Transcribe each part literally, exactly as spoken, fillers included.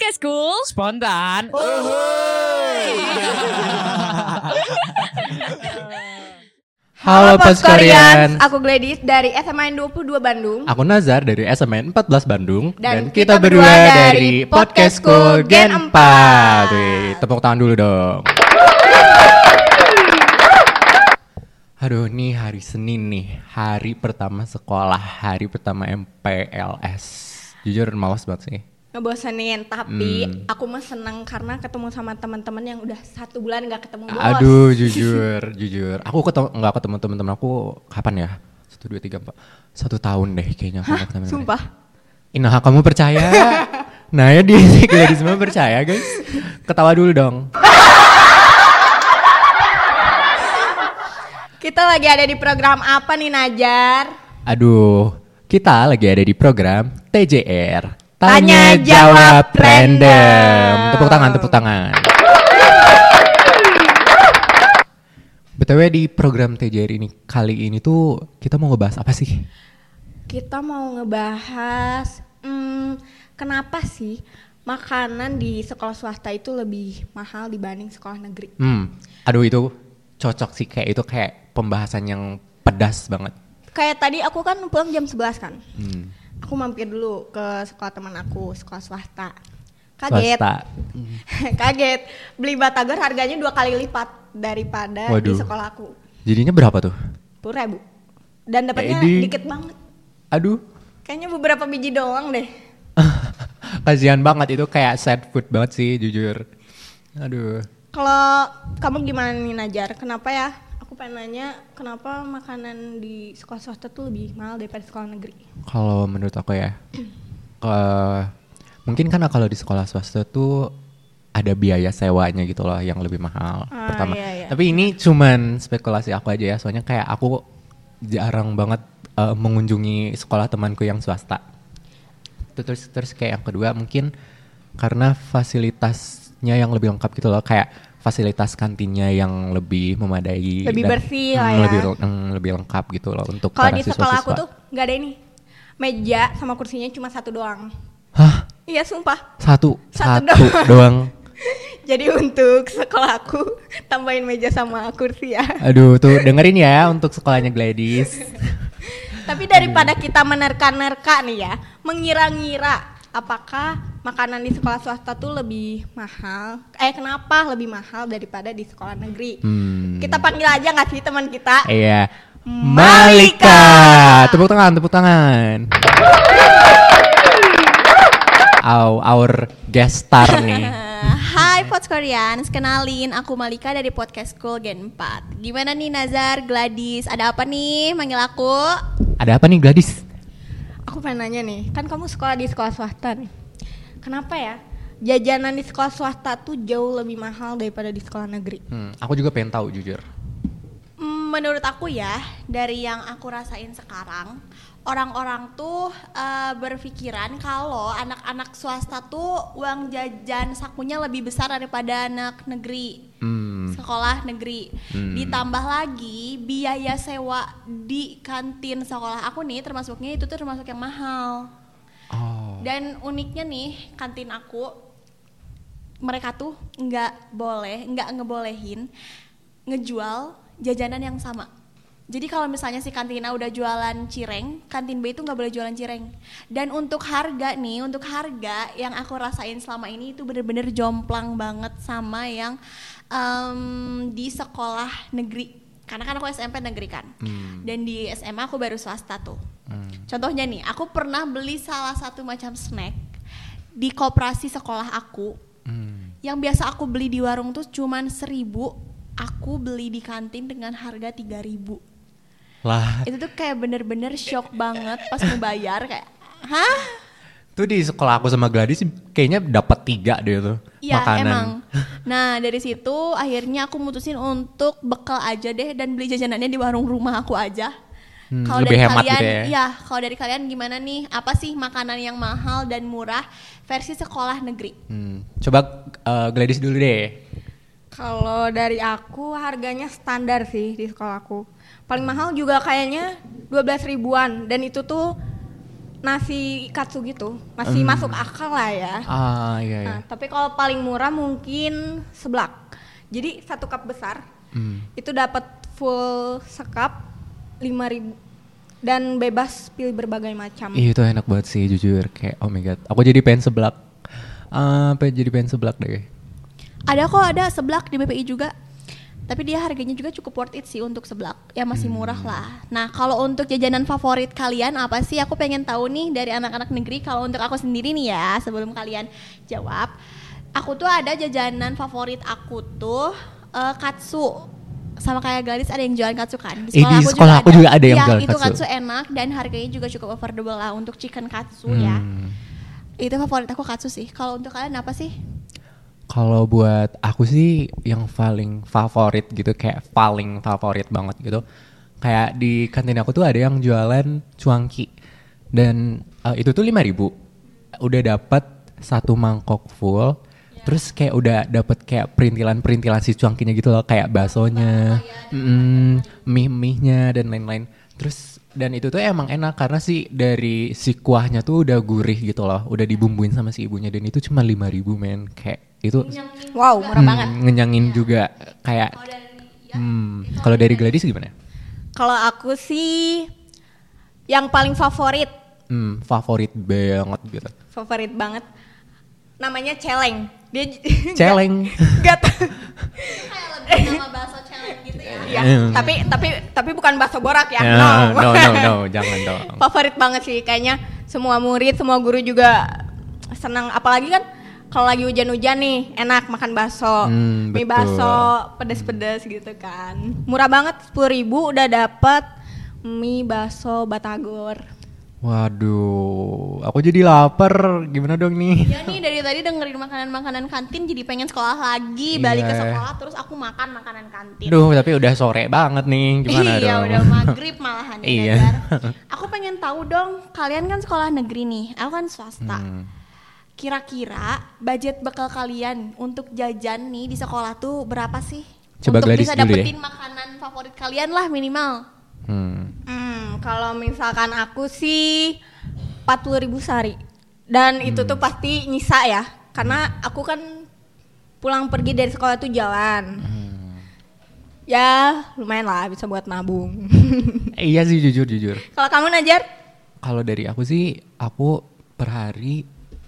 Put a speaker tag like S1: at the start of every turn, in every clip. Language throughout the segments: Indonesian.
S1: Podcast School
S2: Spontan.
S3: Halo Podskorians,
S4: aku Gladys dari S M A N dua puluh dua Bandung.
S3: Aku Nazar dari S M A N empat belas Bandung.
S4: Dan
S3: Dan, kita,
S4: kita
S3: berdua
S4: berdua
S3: dari
S4: dari
S3: Podcast
S4: Podcast
S3: School
S4: School
S3: Gen
S4: Gen
S3: empat.
S4: empat.
S3: Wih, tepuk tangan dulu dong. Aduh, nih hari Senin nih, hari pertama sekolah, hari pertama M P L S. Jujur malas banget sih.
S4: Ngebosenin, tapi
S3: Hmm.
S4: aku mah seneng karena ketemu sama teman-teman yang udah satu bulan gak ketemu bos.
S3: Aduh, jujur, jujur. Aku ketemu nggak ketemu teman-teman aku kapan ya? Satu, dua, tiga, empat. Satu tahun deh kayaknya. Aku
S4: Hah,
S3: nggak ketemu.
S4: sumpah?
S3: Nah, kamu percaya? Nah, ya di Gladys semua percaya, guys. Ketawa dulu dong.
S4: Kita lagi ada di program apa nih, Najar?
S3: Aduh, kita lagi ada di program T J R.
S4: Tanya Jawab Random.
S3: Tepuk tangan, tepuk tangan. B T W di program T J R ini kali ini tuh kita mau ngebahas apa sih?
S4: Kita mau ngebahas hmm, kenapa sih makanan di sekolah swasta itu lebih mahal dibanding sekolah negeri.
S3: Hmm, aduh itu cocok sih, kayak itu kayak pembahasan yang pedas banget.
S4: Kayak tadi aku kan pulang jam sebelas kan.
S3: Hmm.
S4: Aku mampir dulu ke sekolah teman aku, sekolah swasta. Kaget.
S3: Swasta.
S4: Kaget. Beli batagor harganya dua kali lipat daripada
S3: Waduh.
S4: di sekolah aku.
S3: Jadinya berapa tuh?
S4: sepuluh ribu. Dan dapatnya
S3: Edi.
S4: dikit banget.
S3: Aduh,
S4: Kayaknya beberapa biji doang deh.
S3: kasihan banget, itu kayak sad food banget sih jujur. Aduh.
S4: Kalau kamu gimana nih, Najar? Kenapa ya? Aku pengen nanya, kenapa makanan di sekolah swasta tuh lebih mahal daripada sekolah negeri?
S3: Kalau menurut aku ya, uh, mungkin karena kalau di sekolah swasta tuh ada biaya sewanya gitu loh yang lebih mahal.
S4: Ah,
S3: pertama.
S4: iya, iya.
S3: Tapi ini cuman spekulasi aku aja ya, soalnya kayak aku jarang banget uh, mengunjungi sekolah temanku yang swasta. Terus terus kayak yang kedua mungkin karena fasilitasnya yang lebih lengkap gitu loh, kayak fasilitas kantinnya yang lebih memadai,
S4: Lebih
S3: dan,
S4: bersih
S3: mm,
S4: lah ya.
S3: lebih mm, lebih lengkap gitu loh untuk
S4: Kalau
S3: para
S4: di sekolah aku
S3: siswa-siswa.
S4: tuh nggak ada ini. Meja sama kursinya cuma satu doang.
S3: Hah?
S4: Iya, sumpah.
S3: Satu,
S4: Satu
S3: satu, doang.
S4: Jadi untuk sekolah aku tambahin meja sama kursi ya.
S3: Aduh, tuh dengerin ya untuk sekolahnya Gladys.
S4: Tapi daripada kita menerka-nerka nih ya, mengira-ngira apakah makanan di sekolah swasta tuh lebih mahal? Eh, kenapa lebih mahal daripada di sekolah negeri?
S3: Hmm.
S4: Kita panggil aja nggak sih teman kita?
S3: Iya.
S4: Malika.
S3: Malika. Tepuk tangan, tepuk tangan. Our, our guest star nih.
S5: Hai Podskorians, kenalin aku Malika dari Podcast School Gen empat. Gimana nih Nazar, Gladys, ada apa nih manggil aku?
S3: Ada apa nih Gladys?
S4: Aku pengen nanya nih, kan kamu sekolah di sekolah swasta nih. Kenapa ya jajanan di sekolah swasta tuh jauh lebih mahal daripada di sekolah negeri?
S3: Hmm, aku juga pengen tahu jujur.
S5: Hmm, Menurut aku ya, dari yang aku rasain sekarang, orang-orang tuh uh, berpikiran kalau anak-anak swasta tuh uang jajan sakunya lebih besar daripada anak negeri.
S3: Hmm.
S5: Sekolah negeri.
S3: Hmm.
S5: Ditambah lagi biaya sewa di kantin sekolah aku nih, termasuknya itu tuh termasuk yang mahal.
S3: Oh.
S5: Dan uniknya nih kantin aku, mereka tuh nggak boleh, nggak ngebolehin ngejual jajanan yang sama. Jadi kalau misalnya si kantin A udah jualan cireng, kantin B itu nggak boleh jualan cireng. Dan untuk harga nih, untuk harga yang aku rasain selama ini itu bener-bener jomplang banget sama yang um, di sekolah negeri. Karena kan aku S M P negeri kan,
S3: Hmm.
S5: dan di S M A aku baru swasta tuh.
S3: Hmm.
S5: Contohnya nih, aku pernah beli salah satu macam snack di koperasi sekolah aku.
S3: Hmm.
S5: Yang biasa aku beli di warung tuh cuman seribu, aku beli di kantin dengan harga tiga ribu.
S3: Lah,
S5: Itu tuh kayak bener-bener shock banget pas mau bayar, kayak hah?
S3: tuh di sekolah aku sama Gladys kayaknya dapat tiga deh tuh
S5: Iya
S3: makanan.
S5: emang. Nah dari situ akhirnya aku mutusin untuk bekal aja deh dan beli jajanannya di warung rumah aku aja.
S3: Hmm,
S5: Kalau
S3: lebih
S5: dari
S3: hemat
S5: kalian,
S3: gitu ya.
S5: ya kalau dari kalian gimana nih? Apa sih makanan yang mahal dan murah versi sekolah negeri?
S3: Hmm. Coba uh, Gladys dulu deh.
S4: Kalau dari aku harganya standar sih di sekolahku. Paling mahal juga kayaknya dua belas ribuan dan itu tuh nasi katsu gitu, masih
S3: Hmm.
S4: masuk akal lah ya.
S3: Ah iya iya.
S4: Nah, tapi kalau paling murah mungkin seblak. Jadi satu cup besar
S3: Hmm.
S4: itu dapat full sekap lima ribu dan bebas pilih berbagai macam.
S3: Ih, itu enak banget sih jujur, kayak oh my god. Aku jadi pengen seblak. Ah, pengen jadi pengen seblak deh.
S5: Ada kok, ada seblak di B P I juga. Tapi dia harganya juga cukup worth it sih untuk seblak. Ya masih murah lah. Nah, kalau untuk jajanan favorit kalian apa sih? Aku pengen tahu nih dari anak-anak negeri. Kalau untuk aku sendiri nih ya, sebelum kalian jawab, aku tuh ada jajanan favorit aku tuh eh, katsu. Sama kayak Gladys ada yang jualan katsu kan.
S3: Eh, di sekolah aku juga ada yang
S5: Iya,
S3: jualan
S5: itu
S3: katsu.
S5: katsu enak dan harganya juga cukup affordable lah untuk chicken katsu ya.
S3: Hmm.
S5: Itu favorit aku katsu sih. Kalau untuk kalian apa sih?
S3: Kalau buat aku sih yang paling favorit gitu, kayak paling favorit banget gitu. Kayak di kantin aku tuh ada yang jualan cuangki. Dan uh, itu tuh lima ribu. Udah dapat satu mangkok full. Terus kayak udah dapat kayak perintilan-perintilan si cuangkinya gitu loh, kayak baksonya, mm, mie-mie-nya dan lain-lain. Terus dan itu tuh emang enak karena sih dari si kuahnya tuh udah gurih gitu loh, udah dibumbuin sama si ibunya dan itu cuma lima ribu men. Kayak itu
S4: Wow, murah
S3: hmm,
S4: banget.
S3: ngenyangin juga kayak hmm, kalau dari Gladys gimana?
S4: Kalau aku sih yang paling favorit,
S3: Hmm, favorit banget gitu.
S4: favorit banget. Namanya celeng. Dia
S3: Celeng.
S4: Gak tau.
S5: Kayak lebih nama bakso challenge gitu ya.
S4: Ya,
S3: Hmm.
S4: tapi tapi tapi bukan bakso borak ya.
S3: Ya,
S4: No.
S3: no no no, jangan dong.
S4: Favorit banget sih, kayaknya semua murid, semua guru juga senang, apalagi kan kalau lagi hujan-hujan nih, enak makan bakso.
S3: Hmm,
S4: Mie
S3: betul.
S4: bakso pedes-pedes gitu kan. Murah banget, sepuluh ribu udah dapet mie bakso batagor.
S3: Waduh, aku jadi lapar. Gimana dong nih?
S5: Ya nih dari tadi dengerin makanan-makanan kantin jadi pengen sekolah lagi, balik ke
S3: Iya.
S5: sekolah terus aku makan makanan kantin.
S3: Duh, tapi udah sore banget nih. Gimana
S5: Iya
S3: dong?
S5: udah maghrib malahan ya,
S3: Iya.
S5: Nazar. Aku pengen tahu dong, kalian kan sekolah negeri nih, aku kan swasta.
S3: Hmm.
S5: Kira-kira budget bekal kalian untuk jajan nih di sekolah tuh berapa sih?
S3: Coba
S5: untuk
S3: Gladys
S5: bisa
S3: dulu
S5: dapetin makanan favorit kalian lah minimal.
S3: Hmm.
S4: Hmm, kalau misalkan aku sih empat puluh ribu sehari. Dan itu tuh pasti nyisa ya, karena aku kan pulang pergi dari sekolah tuh jalan. Ya lumayan lah, bisa buat nabung.
S3: Eh, iya sih jujur jujur.
S4: Kalau kamu Najar?
S3: Kalau dari aku sih, aku per hari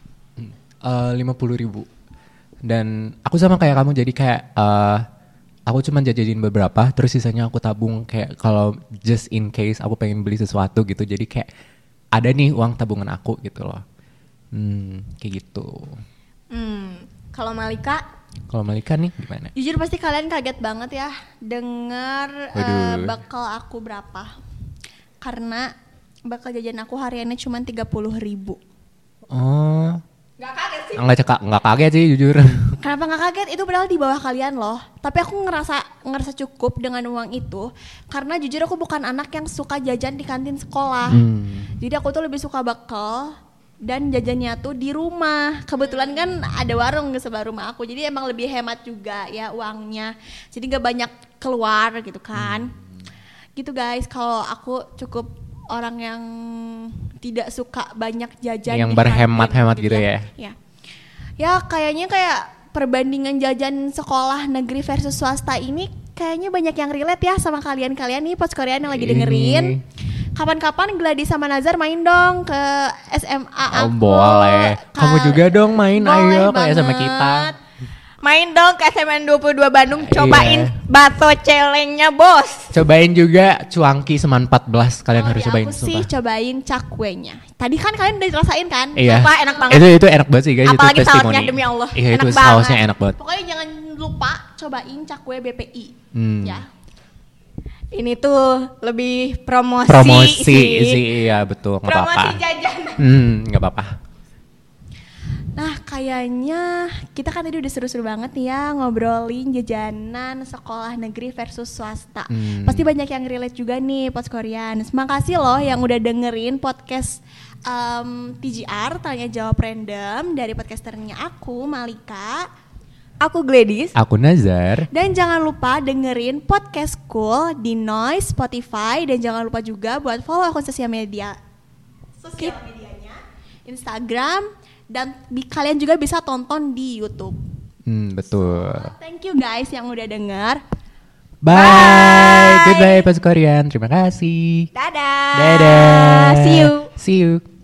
S3: lima puluh ribu. Dan aku sama kayak kamu, jadi kayak eh, aku cuma jajanin beberapa, terus sisanya aku tabung kayak kalau just in case aku pengen beli sesuatu gitu. Jadi kayak ada nih uang tabungan aku gitu loh. Hmm, kayak gitu.
S4: Hmm, kalau Malika?
S3: Kalau Malika nih gimana?
S5: Jujur pasti kalian kaget banget ya dengar eh,
S3: Waduh.
S5: bakal aku berapa. Karena bakal jajan aku hariannya cuma tiga puluh ribu.
S3: Oh,
S4: Gak kaget sih.
S3: nggak cekak, nggak kaget sih jujur.
S5: Kenapa nggak kaget? Itu padahal di bawah kalian loh. Tapi aku ngerasa ngerasa cukup dengan uang itu karena jujur aku bukan anak yang suka jajan di kantin sekolah.
S3: Hmm.
S5: Jadi aku tuh lebih suka bekal dan jajannya tuh di rumah. Kebetulan kan ada warung di sebelah rumah aku. Jadi emang lebih hemat juga ya uangnya. Jadi nggak banyak keluar gitu kan. Gitu guys. Kalau aku cukup orang yang tidak suka banyak jajan
S3: Yang
S5: di
S3: berhemat-hemat
S5: kantin,
S3: gitu ya.
S5: Ya. Ya kayaknya kayak perbandingan jajan sekolah negeri versus swasta ini kayaknya banyak yang relate ya sama kalian-kalian nih pods Korean yang lagi
S3: Ini.
S5: dengerin. Kapan-kapan Gladys sama Nazar main dong ke S M A
S3: Oh,
S5: aku.
S3: boleh. Kamu
S5: Ka-
S3: juga dong main,
S5: Boleh
S3: ayo kayak sama
S5: banget.
S3: kita.
S4: Main dong ke S M N dua puluh dua Bandung, cobain
S3: Iya.
S4: bakso celengnya bos.
S3: Cobain juga cuangki Seman empat belas, kalian
S5: Oh,
S3: harus
S5: ya,
S3: cobain
S5: aku sih
S3: sumpah.
S5: cobain cakwenya. Tadi kan kalian udah rasain kan?
S3: Iya.
S4: Sumpah, enak banget.
S3: Itu itu enak banget sih guys,
S4: Apalagi
S3: itu testimoni.
S4: sausnya, demi Allah.
S3: Iya,
S4: Enak
S3: itu
S4: banget.
S3: sausnya enak banget.
S5: Pokoknya jangan lupa cobain cakwe B P I.
S3: Hmm.
S5: Ya.
S4: Ini tuh lebih promosi,
S3: Promosi
S4: sih.
S3: sih, iya betul, nggak
S4: Promosi
S3: apa-apa.
S4: jajan.
S3: Hmm, nggak apa-apa.
S5: Nah kayaknya kita kan tadi udah seru-seru banget nih ya ngobrolin jajanan sekolah negeri versus swasta.
S3: Hmm.
S5: Pasti banyak yang relate juga nih pods Korean. Makasih loh yang udah dengerin podcast um, T G R Tanya Jawab Random dari podcasternya aku Malika.
S4: Aku Gladys.
S3: Aku Nazar.
S5: Dan jangan lupa dengerin podcast Cool di Noise, Spotify dan jangan lupa juga buat follow akun sosial media. Sosial media. Instagram, dan bi- kalian juga bisa tonton di YouTube.
S3: Hmm, betul.
S5: Thank you guys yang udah denger.
S3: Bye.
S4: Bye.
S3: Goodbye Pas Korean. Terima kasih.
S4: Dadah.
S3: Dadah.
S4: See you.
S3: See you.